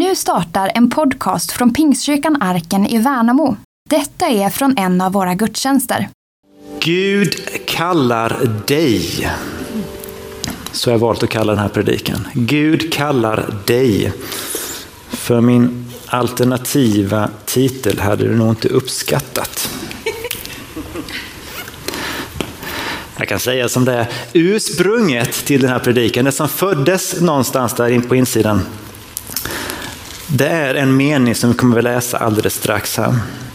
Nu startar en podcast från Pingstkyrkan Arken i Värnamo. Detta är från en av våra gudstjänster. Gud kallar dig. Så har jag valt att kalla den här predikan. Gud kallar dig. För min alternativa titel hade du nog inte uppskattat. Jag kan säga som det är. Ursprunget till den här predikan, det som föddes någonstans där in på insidan. Det är en mening som vi kommer att läsa alldeles strax här.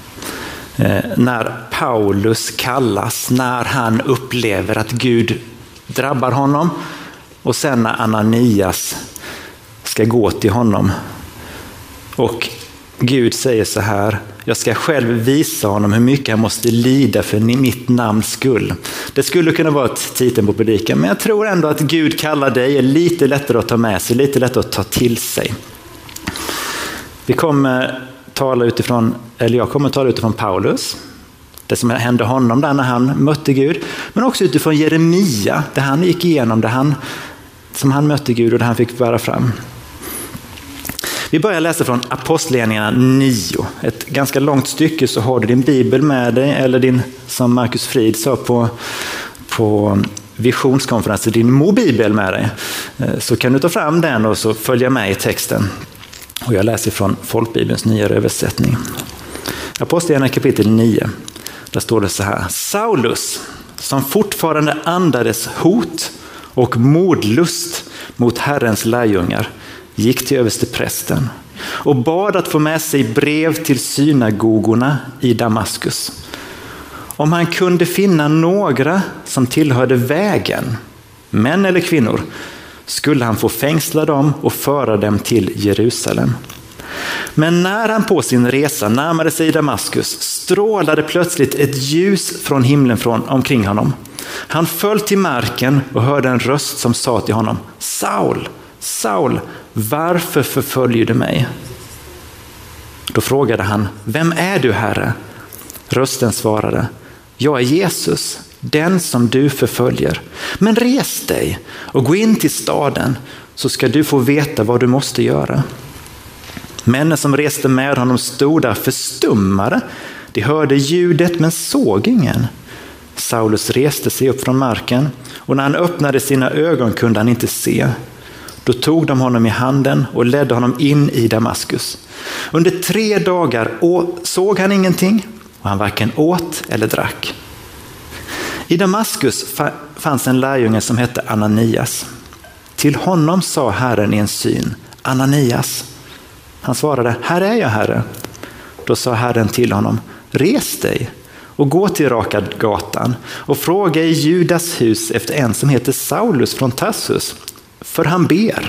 När Paulus kallas, när han upplever att Gud drabbar honom. Och sen när Ananias ska gå till honom. Och Gud säger så här: jag ska själv visa honom hur mycket han måste lida för mitt namns skull. Det skulle kunna vara ett titeln på predikan, men jag tror ändå att Gud kallar dig är lite lättare att ta med sig, lite lättare att ta till sig. Jag kommer tala utifrån Paulus, det som hände honom där när han mötte Gud, men också utifrån Jeremia, där han gick igenom som han mötte Gud och där han fick bära fram. Vi börjar läsa från Apostlagärningarna 9. Ett ganska långt stycke, så har du din bibel med dig, eller din, som Marcus Frid sa på visionskonferensen, din mobilbibel med dig. Så kan du ta fram den och så följa med i texten. Och jag läser från Folkbibelns nyare översättning. Apostlagärningarna kapitel 9. Där står det så här: Saulus, som fortfarande andades hot och mordlust mot Herrens lärjungar, gick till översteprästen och bad att få med sig brev till synagogorna i Damaskus. Om han kunde finna några som tillhörde vägen, män eller kvinnor, skulle han få fängsla dem och föra dem till Jerusalem. Men när han på sin resa närmade sig Damaskus strålade plötsligt ett ljus från himlen omkring honom. Han föll till marken och hörde en röst som sa till honom: Saul, Saul, varför förföljer du mig? Då frågade han: vem är du, Herre? Rösten svarade: jag är Jesus, den som du förföljer. Men res dig och gå in till staden, så ska du få veta vad du måste göra. Männen som reste med honom stod där förstummade. De hörde ljudet men såg ingen. Saulus reste sig upp från marken, och när han öppnade sina ögon kunde han inte se. Då tog de honom i handen och ledde honom in i Damaskus. Under 3 dagar såg han ingenting, och han varken åt eller drack. I Damaskus fanns en lärjunge som hette Ananias. Till honom sa Herren i en syn: Ananias. Han svarade: här är jag, Herre. Då sa Herren till honom: res dig och gå till Raka gatan och fråga i Judas hus efter en som heter Saulus från Tarsus, för han ber.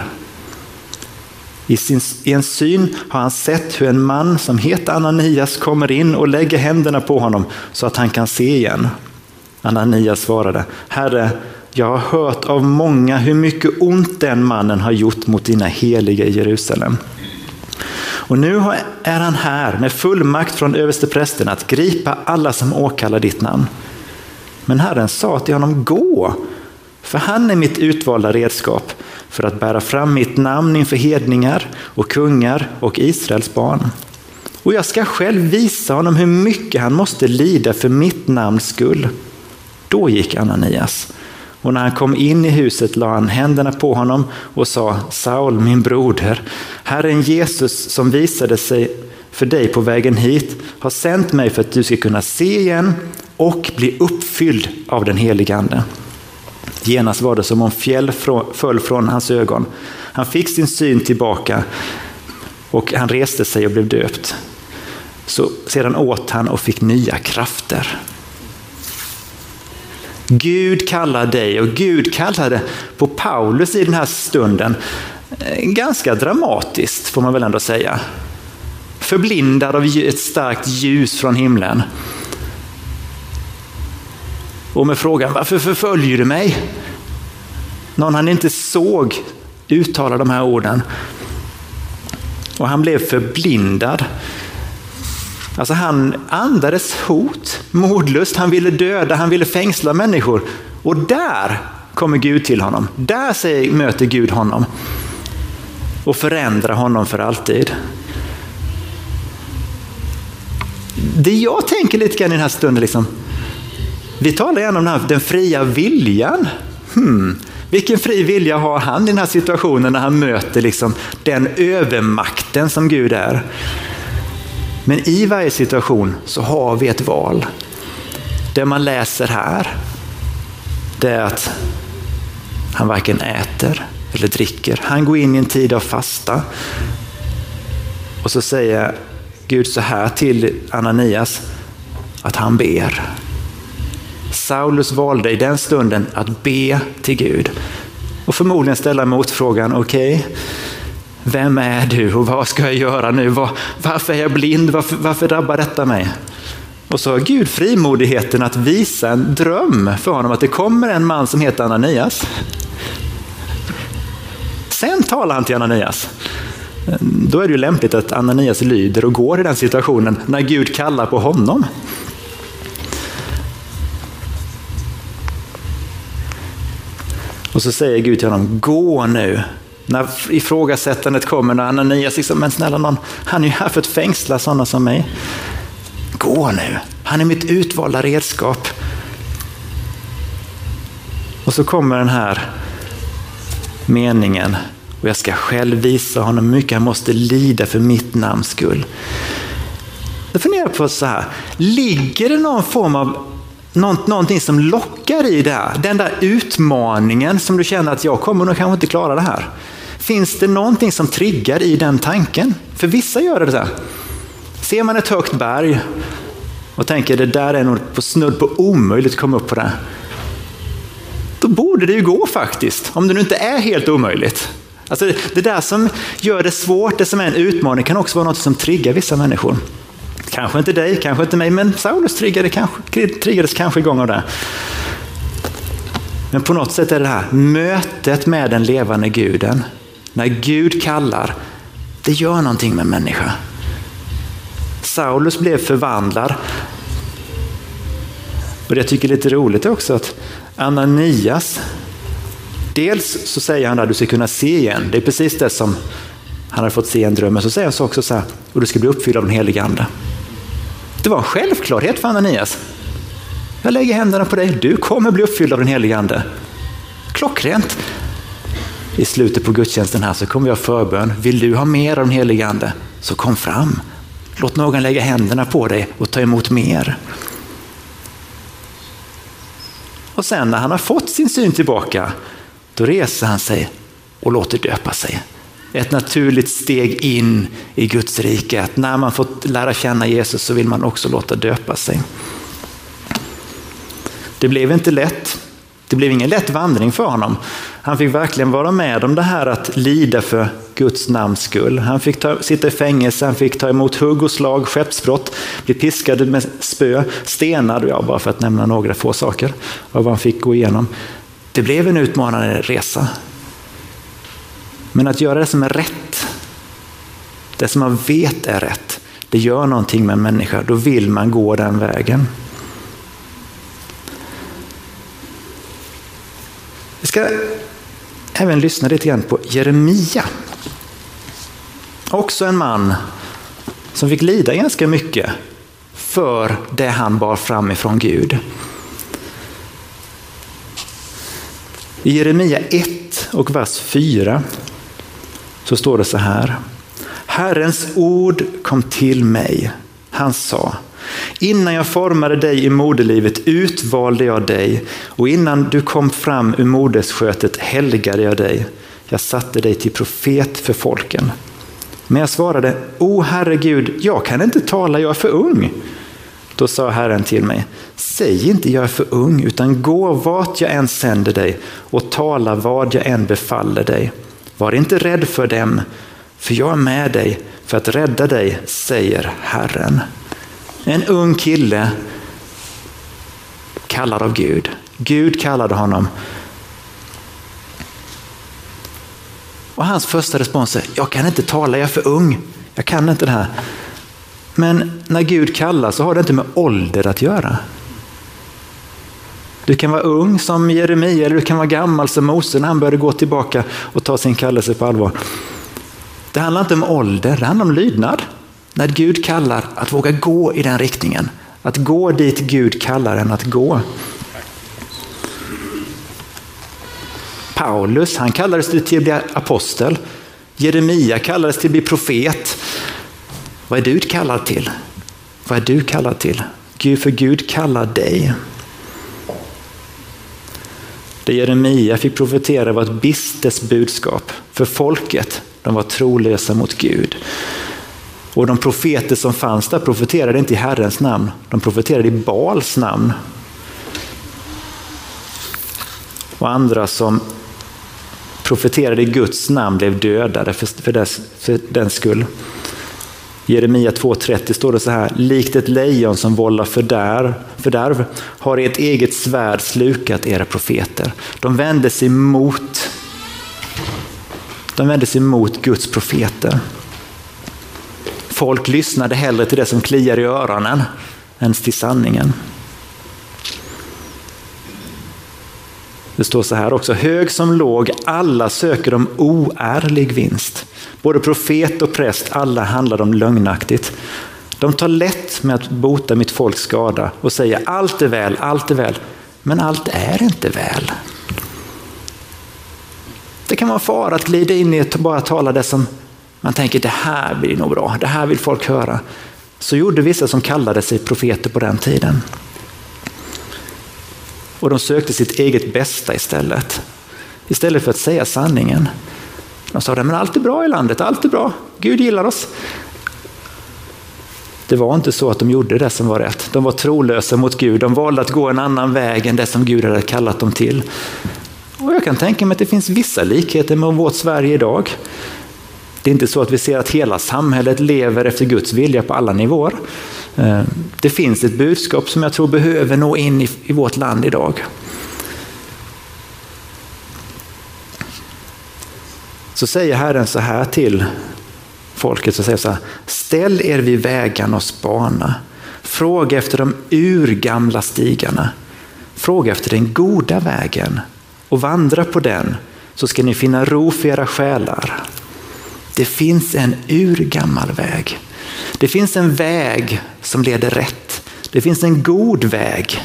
I en syn har han sett hur en man som heter Ananias kommer in och lägger händerna på honom så att han kan se igen. Ananias svarade: Herre, jag har hört av många hur mycket ont den mannen har gjort mot dina heliga i Jerusalem. Och nu är han här med fullmakt från översteprästen att gripa alla som åkallar ditt namn. Men Herren sa till honom: gå, för han är mitt utvalda redskap för att bära fram mitt namn inför hedningar och kungar och Israels barn. Och jag ska själv visa honom hur mycket han måste lida för mitt namns skull. Då gick Ananias, och när han kom in i huset la han händerna på honom och sa: Saul, min broder, Herren Jesus som visade sig för dig på vägen hit har sänt mig för att du ska kunna se igen och bli uppfylld av den helige ande. Genast var det som om fjäll föll från hans ögon. Han fick sin syn tillbaka och han reste sig och blev döpt. Så sedan åt han och fick nya krafter. Gud kallar dig, och Gud kallade på Paulus i den här stunden ganska dramatiskt, får man väl ändå säga. Förblindad av ett starkt ljus från himlen. Och med frågan: varför förföljer du mig? Någon han inte såg uttala de här orden. Och han blev förblindad. Alltså han andades hot, mordlust, han ville döda, han ville fängsla människor. Och där kommer Gud till honom. Där möter Gud honom. och förändra honom för alltid. Det jag tänker lite grann i den här stunden, liksom, vi talar gärna om den fria viljan. Vilken fri vilja har han i den här situationen när han möter liksom den övermakten som Gud är? Men i varje situation så har vi ett val. Det man läser här, det är att han varken äter eller dricker. Han går in i en tid av fasta. Och så säger Gud så här till Ananias att han ber. Saulus valde i den stunden att be till Gud. Och förmodligen ställa motfrågan, okej, vem är du och vad ska jag göra nu? Varför är jag blind? Varför drabbar detta mig? Och så har Gud frimodigheten att visa en dröm för honom att det kommer en man som heter Ananias. Sen talar han till Ananias. Då är det ju lämpligt att Ananias lyder och går i den situationen när Gud kallar på honom. Och så säger Gud till honom, gå nu. När ifrågasättandet kommer, när Ananias liksom, men snälla någon, han är ju här för att fängsla sådana som mig. Gå nu, han är mitt utvalda redskap. Och så kommer den här meningen, och jag ska själv visa honom hur mycket han måste lida för mitt namns skull. Jag funderar på så här, ligger det någon form av någonting som lockar i det här? Den där utmaningen som du känner att jag kommer nog kanske inte klara det här. Finns det någonting som triggar i den tanken? För vissa gör det så här. Ser man ett högt berg och tänker det där är nog på snudd på omöjligt att komma upp på det. Då borde det ju gå faktiskt. Om det nu inte är helt omöjligt. Alltså det där som gör det svårt, det som är en utmaning, kan också vara något som triggar vissa människor. Kanske inte dig, kanske inte mig, men Saulus triggades kanske igång av det. Men på något sätt är det här mötet med den levande guden. När Gud kallar, det gör någonting med människa. Saulus blev förvandlad. Och det jag tycker är lite roligt också att Ananias, dels så säger han att du ska kunna se igen. Det är precis det som han har fått se i en dröm. Men så säger han så också så här, och du ska bli uppfylld av den helige ande. Det var en självklarhet för Ananias. Jag lägger händerna på dig, du kommer bli uppfylld av den helige ande. Klockrent. I slutet på gudstjänsten här så kommer vi ha förbön. Vill du ha mer av den helige ande? Så kom fram. Låt någon lägga händerna på dig och ta emot mer. Och sen när han har fått sin syn tillbaka, då reser han sig och låter döpa sig. Ett naturligt steg in i Guds rike. Att när man fått lära känna Jesus så vill man också låta döpa sig. Det blev inte lätt. Det blev ingen lätt vandring för honom. Han fick verkligen vara med om det här att lida för Guds namns skull. Han fick sitta i fängelse, han fick ta emot hugg och slag, skeppsbrott, bli piskad med spö, stenad, bara för att nämna några få saker av vad han fick gå igenom. Det blev en utmanande resa. Men att göra det som är rätt, det som man vet är rätt, det gör någonting med människor. Då vill man gå den vägen. Vi ska även lyssna lite grann på Jeremia. Också en man som fick lida ganska mycket för det han bar fram ifrån Gud. I Jeremia 1 och vers 4 så står det så här. Herrens ord kom till mig. Han sa, innan jag formade dig i moderlivet utvalde jag dig, och innan du kom fram ur modersskötet helgade jag dig. Jag satte dig till profet för folken. Men jag svarade, o Herregud, jag kan inte tala, jag är för ung. Då sa Herren till mig, säg inte jag är för ung, utan gå vart jag än sänder dig och tala vad jag än befaller dig. Var inte rädd för dem, för jag är med dig för att rädda dig, säger Herren. En ung kille kallad av Gud. Gud kallade honom. Och hans första respons är, jag kan inte tala, jag är för ung. Jag kan inte det här. Men när Gud kallar så har det inte med ålder att göra. Du kan vara ung som Jeremia eller du kan vara gammal som Mose när han började gå tillbaka och ta sin kallelse på allvar. Det handlar inte om ålder, det handlar om lydnad. När Gud kallar, att våga gå i den riktningen. Att gå dit Gud kallar en att gå. Paulus, han kallades till att bli apostel. Jeremia kallades till att bli profet. Vad är du kallad till? Vad är du kallad till? För Gud kallar dig. Det Jeremia fick profetera var ett bistes budskap för folket. De var trolösa mot Gud. Och de profeter som fanns där profeterade inte i Herrens namn. De profeterade i Baals namn. Och andra som profeterade i Guds namn blev dödade för den skull. Jeremia 2:30 står det så här: likt ett lejon som vållar fördärv har ert eget svärd slukat era profeter. De vände sig mot Guds profeter. Folk lyssnade hellre till det som kliar i öronen än till sanningen. Det står så här också: hög som låg, alla söker om oärlig vinst. Både profet och präst, alla handlar om lögnaktigt. De tar lätt med att bota mitt folks skada och säger allt är väl, men allt är inte väl. Det kan vara fara att glida in i att bara tala det som man tänker, det här blir nog bra, det här vill folk höra. Så gjorde vissa som kallade sig profeter på den tiden. Och de sökte sitt eget bästa istället för att säga sanningen. De sa, men allt är bra i landet, allt är bra, Gud gillar oss. Det var inte så att de gjorde det som var rätt. De var trolösa mot Gud, de valde att gå en annan väg än det som Gud hade kallat dem till. Och jag kan tänka mig att det finns vissa likheter med vårt Sverige idag. Det är inte så att vi ser att hela samhället lever efter Guds vilja på alla nivåer. Det finns ett budskap som jag tror behöver nå in i vårt land idag. Så säger Herren så här till folket, så säger så här: ställ er vid vägarna och spana. Fråga efter de urgamla stigarna. Fråga efter den goda vägen och vandra på den, så ska ni finna ro för era själar. Det finns en urgammal väg. Det finns en väg som leder rätt. Det finns en god väg.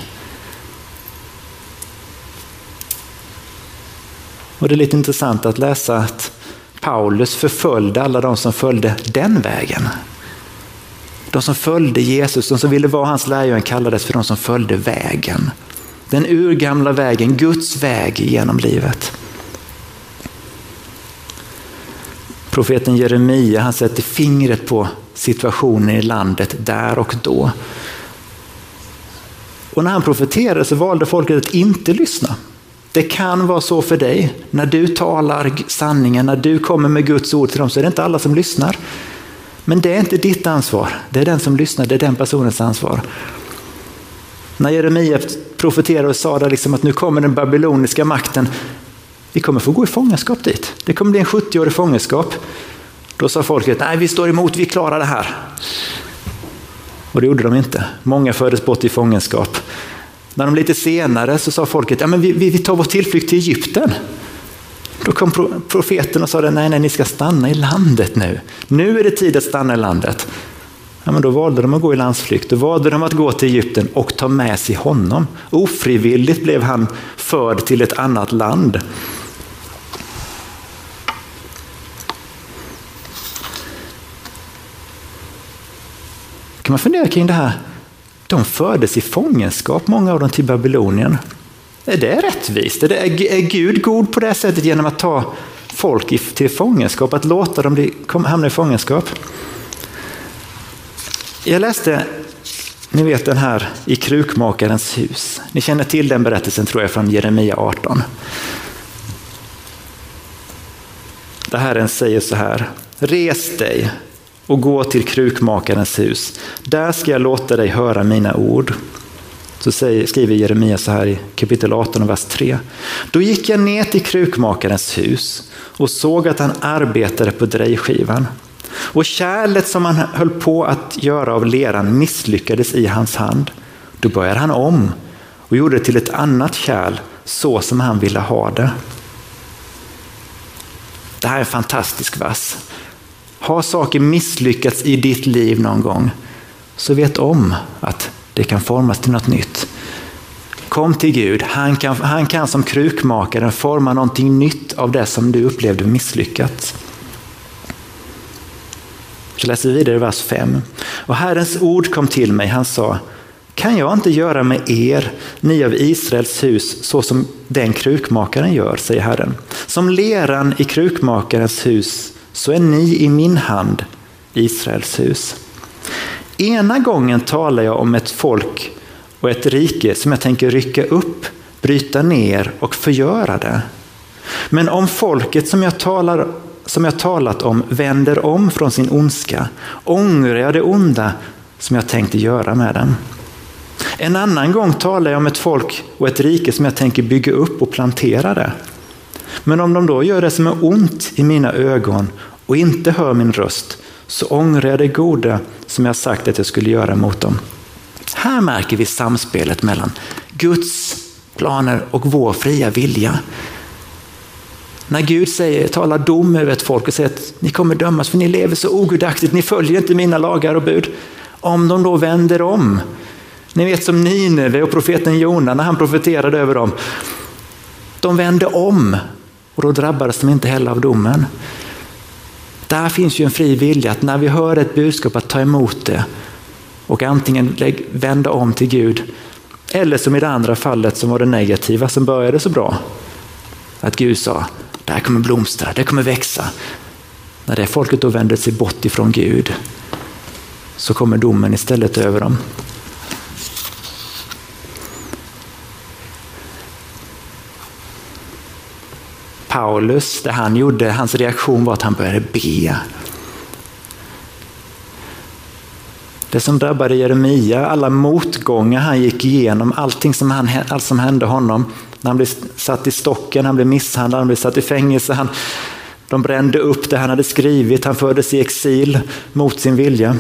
Och det är lite intressant att läsa att Paulus förföljde alla de som följde den vägen. De som följde Jesus, de som ville vara hans lärjungar, kallades för de som följde vägen. Den urgamla vägen, Guds väg genom livet. Profeten Jeremia, han sätter fingret på situationen i landet där och då. Och när han profeterade så valde folket att inte lyssna. Det kan vara så för dig. När du talar sanningen, när du kommer med Guds ord till dem, så är det inte alla som lyssnar. Men det är inte ditt ansvar. Det är den som lyssnar, det är den personens ansvar. När Jeremia profeterade och sa där liksom att nu kommer den babyloniska makten, vi kommer få gå i fångenskap dit. Det kommer bli en 70-årig fångenskap. Då sa folket, nej, vi står emot, vi klarar det här. Och det gjorde de inte. Många fördes bort i fångenskap. När de lite senare så sa folket, ja, men vi tar vår tillflykt till Egypten. Då kom profeten och sa, nej, ni ska stanna i landet nu. Nu är det tid att stanna i landet. Ja, men då valde de att gå i landsflykt. Då valde de att gå till Egypten och ta med sig honom. Ofrivilligt blev han förd till ett annat land. Kan man fundera kring det här? De fördes i fångenskap, många av dem, till Babylonien. Är det rättvist? Är Gud god på det sättet genom att ta folk till fångenskap? Att låta dem hamna i fångenskap? Jag läste, ni vet den här, i krukmakarens hus. Ni känner till den berättelsen, tror jag, från Jeremia 18. Det Herren säger så här: res dig och gå till krukmakarens hus. Där ska jag låta dig höra mina ord. Så skriver Jeremia så här i kapitel 18 och vers 3. Då gick jag ner till krukmakarens hus och såg att han arbetade på drejskivan. Och kärlet som han höll på att göra av leran misslyckades i hans hand. Då började han om och gjorde det till ett annat kärl, så som han ville ha det. Det här är en fantastisk vers. Har saker misslyckats i ditt liv någon gång, så vet om att det kan formas till något nytt. Kom till Gud. Han kan som krukmakaren forma någonting nytt av det som du upplevde misslyckats. Så läser vi vidare i vers 5. Och Herrens ord kom till mig. Han sa: kan jag inte göra med er, ni av Israels hus, så som den krukmakaren gör, säger Herren. Som leran i krukmakarens hus, så är ni i min hand, Israels hus. Ena gången talar jag om ett folk och ett rike som jag tänker rycka upp, bryta ner och förgöra det. Men om folket som jag talat om vänder om från sin ondska, ångrar jag det onda som jag tänkte göra med dem. En annan gång talar jag om ett folk och ett rike som jag tänker bygga upp och plantera det. Men om de då gör det som är ont i mina ögon och inte hör min röst, så ångrar jag det goda som jag sagt att jag skulle göra mot dem. Här märker vi samspelet mellan Guds planer och vår fria vilja. När Gud talar dom över ett folk och säger att ni kommer dömas för ni lever så ogudaktigt, ni följer inte mina lagar och bud. Om de då vänder om, ni vet som Nineve och profeten Jona när han profeterade över dem. De vände om och då drabbades de inte heller av domen. Där finns ju en fri vilja att när vi hör ett budskap att ta emot det och antingen vända om till Gud, eller som i det andra fallet som var det negativa som började så bra. Att Gud sa, det här kommer blomstra, det kommer växa. När det folket då vänder sig bort ifrån Gud, så kommer domen istället över dem. Paulus, det han gjorde, hans reaktion var att han började be. Det som drabbade Jeremia, alla motgångar han gick igenom, allt som hände honom, när han blev satt i stocken, han blev misshandlad, han blev satt i fängelse, de brände upp det han hade skrivit, han fördes i exil mot sin vilja.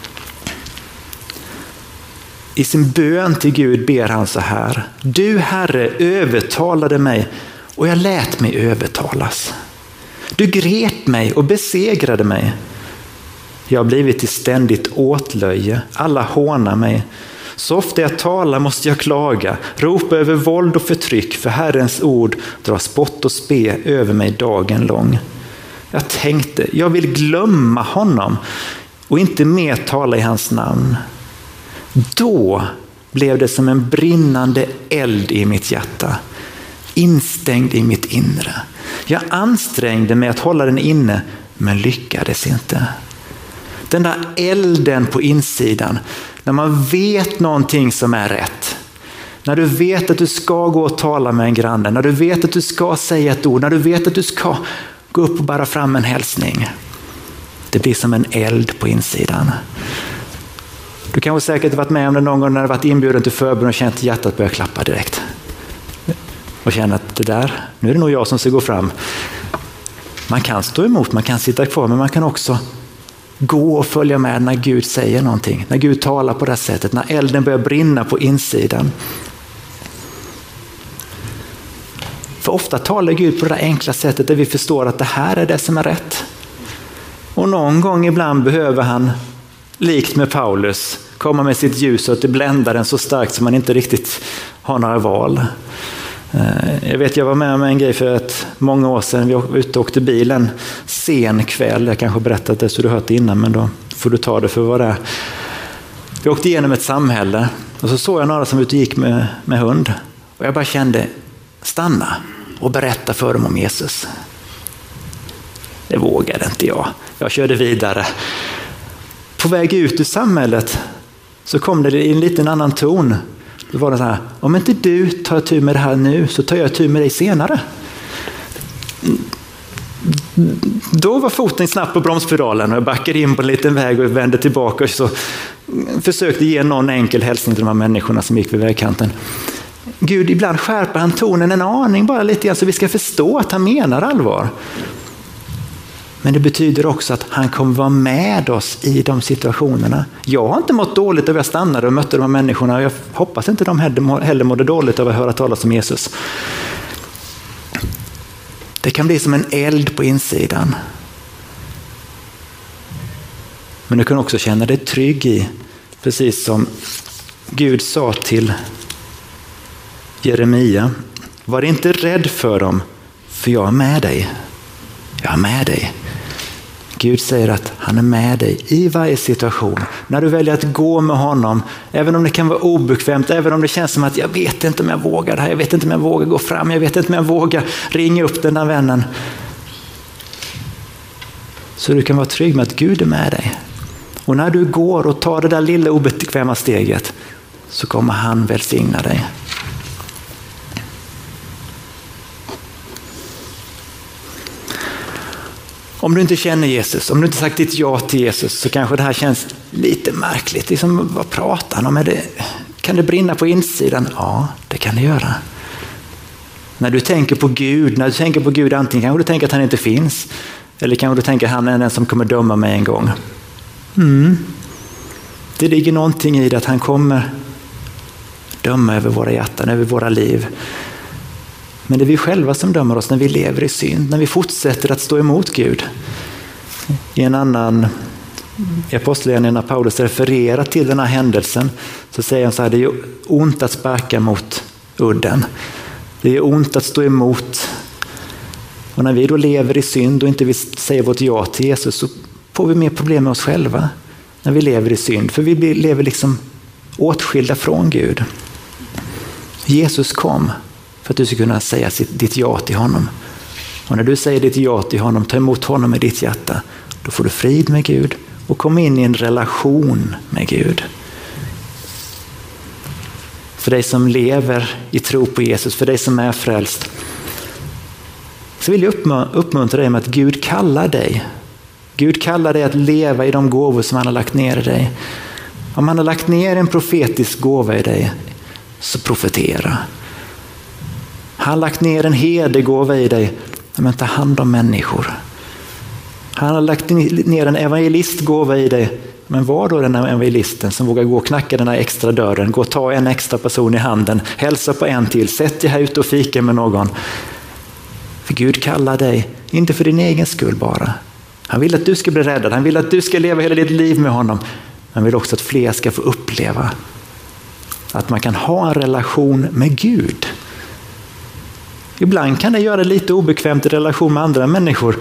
I sin bön till Gud ber han så här: du Herre övertalade mig och jag lät mig övertalas. Du grep mig och besegrade mig. Jag har blivit till ständigt åtlöje. Alla hånar mig. Så ofta jag talar måste jag klaga, ropa över våld och förtryck, för Herrens ord drar spott och spe över mig dagen lång. Jag tänkte, jag vill glömma honom och inte mer tala i hans namn. Då blev det som en brinnande eld i mitt hjärta, instängd i mitt inre. Jag ansträngde mig att hålla den inne, men lyckades inte. Den där elden på insidan, när man vet någonting som är rätt. När du vet att du ska gå och tala med en granne, när du vet att du ska säga ett ord, när du vet att du ska gå upp och bära fram en hälsning. Det blir som en eld på insidan. Du kanske säkert varit med om det någon gång när du varit inbjuden till förbön och känt hjärtat börja klappa direkt. Och känna att det där, nu är det nog jag som ska gå fram. Man kan stå emot, man kan sitta kvar, men man kan också gå och följa med när Gud säger någonting. När Gud talar på det sättet, när elden börjar brinna på insidan. För ofta talar Gud på det enkla sättet där vi förstår att det här är det som är rätt. Och någon gång ibland behöver han, likt med Paulus, komma med sitt ljus och att det bländar den så starkt som man inte riktigt har några val. Jag var med om en grej för många år sedan. Vi var ute och åkte bilen sen kväll. Jag kanske berättat det så du hört det innan, men då får du ta det för vad det är. Vi åkte igenom ett samhälle och så såg jag några som ute gick med hund. Och jag bara kände, stanna och berätta för dem om Jesus. Det vågade inte jag. Jag körde vidare. På väg ut ur samhället så kom det i en liten annan ton. Det var det så här, om inte du tar tur med det här nu så tar jag tur med dig senare. Då var foten snabbt på bromspedalen och jag backade in på en liten väg och vände tillbaka och så försökte ge någon enkel hälsning till de här människorna som gick vid vägkanten. Gud, ibland skärper han tonen en aning, bara lite grann, så vi ska förstå att han menar allvar. Men det betyder också att han kommer vara med oss i de situationerna. Jag har inte mått dåligt av att jag stannade och mötte de här människorna. Och jag hoppas inte de heller mådde dåligt av att höra talas om Jesus. Det kan bli som en eld på insidan. Men du kan också känna dig trygg i, precis som Gud sa till Jeremia, var inte rädd för dem, för jag är med dig. Jag är med dig. Gud säger att han är med dig i varje situation. När du väljer att gå med honom, även om det kan vara obekvämt, även om det känns som att jag vet inte om jag vågar det här, jag vet inte om jag vågar gå fram, jag vet inte om jag vågar ringa upp den där vännen. Så du kan vara trygg med att Gud är med dig. Och när du går och tar det där lilla obekväma steget, så kommer han välsigna dig. Om du inte känner Jesus, om du inte sagt ditt ja till Jesus, så kanske det här känns lite märkligt. Liksom, vad pratar han om? Kan det brinna på insidan? Ja, det kan det göra. När du tänker på Gud, antingen kanske du tänker att han inte finns, eller kanske du tänker att han är den som kommer döma mig en gång. Det ligger någonting i det, att han kommer döma över våra hjärtan, över våra liv. Men det är vi själva som dömer oss när vi lever i synd, när vi fortsätter att stå emot Gud. I en annan apostlagärningarna, när Paulus refererar till den här händelsen, så säger han så här: det är ont att sparka mot udden. Det är ont att stå emot. Och när vi då lever i synd och inte vill säga vårt ja till Jesus, så får vi mer problem med oss själva när vi lever i synd. För vi lever liksom åtskilda från Gud. Jesus kom för att du ska kunna säga ditt ja till honom. Och när du säger ditt ja till honom, ta emot honom i ditt hjärta, då får du frid med Gud och kommer in i en relation med Gud. För dig som lever i tro på Jesus, för dig som är frälst, så vill jag uppmuntra dig med att Gud kallar dig. Gud kallar dig att leva i de gåvor som han har lagt ner i dig. Om han har lagt ner en profetisk gåva i dig, så profetera. Han har lagt ner en herdegåva i dig, men ta hand om människor. Han har lagt ner en evangelistgåva i dig, men var då den här evangelisten som vågar gå och knacka den här extra dörren, gå och ta en extra person i handen, hälsa på en till, sätt dig här ute och fika med någon. För Gud kallar dig, inte för din egen skull bara. Han vill att du ska bli räddad, han vill att du ska leva hela ditt liv med honom. Han vill också att fler ska få uppleva att man kan ha en relation med Gud. Ibland kan det göra det lite obekvämt i relation med andra människor.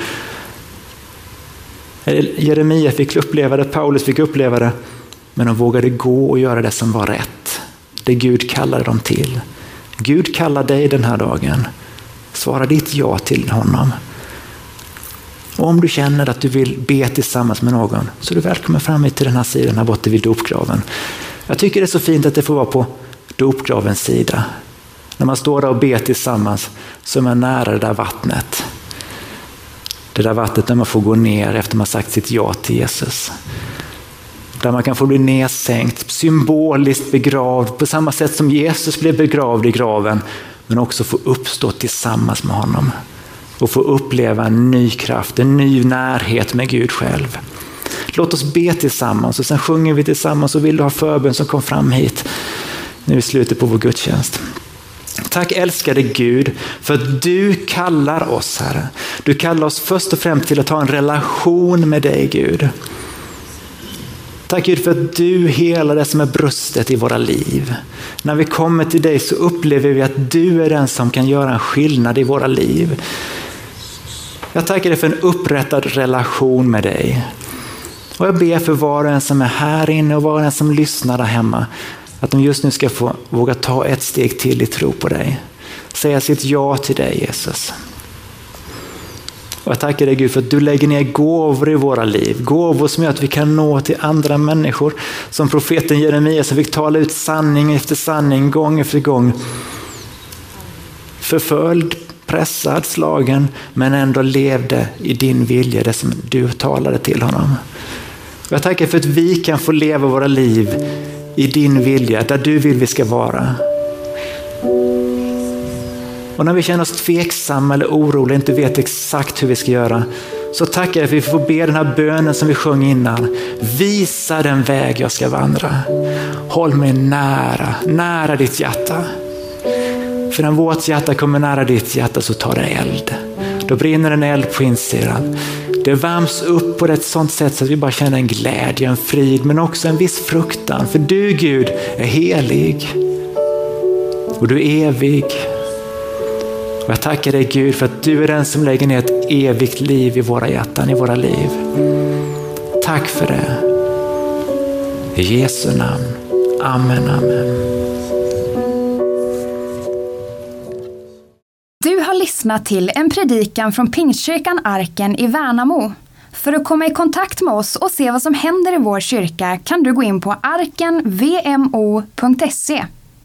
Jeremia fick uppleva det, Paulus fick uppleva det, men de vågade gå och göra det som var rätt. Det Gud kallade dem till. Gud kallar dig den här dagen. Svara ditt ja till honom. Och om du känner att du vill be tillsammans med någon, så är du välkommen fram till den här sidan här borta vid dopgraven. Jag tycker det är så fint att det får vara på dopgravens sida. När man står där och ber tillsammans, så är man nära det där vattnet. Det där vattnet där man får gå ner efter man sagt sitt ja till Jesus. Där man kan få bli nedsänkt, symboliskt begravd på samma sätt som Jesus blev begravd i graven, men också få uppstå tillsammans med honom. Och få uppleva en ny kraft, en ny närhet med Gud själv. Låt oss be tillsammans och sen sjunger vi tillsammans, och vill du ha förbön som kom fram hit nu i slutet på vår gudstjänst. Tack älskade Gud för att du kallar oss, Herre. Du kallar oss först och främst till att ha en relation med dig, Gud. Tack Gud för att du helar det som är brustet i våra liv. När vi kommer till dig så upplever vi att du är den som kan göra en skillnad i våra liv. Jag tackar dig för en upprättad relation med dig. Och jag ber för var och en som är här inne och var och en som lyssnar där hemma, att de just nu ska få våga ta ett steg till i tro på dig. Säga sitt ja till dig, Jesus. Och jag tackar dig Gud för att du lägger ner gåvor i våra liv. Gåvor som gör att vi kan nå till andra människor. Som profeten Jeremia som fick tala ut sanning efter sanning, gång efter gång. Förföljd, pressad, slagen, men ändå levde i din vilja, det som du talade till honom. Och jag tackar för att vi kan få leva våra liv i din vilja, där du vill vi ska vara. Och när vi känner oss tveksamma eller oroliga, inte vet exakt hur vi ska göra, så tackar jag för att vi får be den här bönen som vi sjöng innan. Visa den väg jag ska vandra. Håll mig nära ditt hjärta. För när vårt hjärta kommer nära ditt hjärta så tar det eld. Då brinner en eld på insidan. det värms upp på ett sånt sätt så att vi bara känner en glädje, en frid, men också en viss fruktan. För du, Gud, är helig och du är evig. Och jag tackar dig, Gud, för att du är den som lägger ner ett evigt liv i våra hjärtan, i våra liv. Tack för det. I Jesu namn. Amen, amen. Du har lyssnat till en predikan från Pingstkyrkan Arken i Värnamo. För att komma i kontakt med oss och se vad som händer i vår kyrka kan du gå in på arkenvmo.se.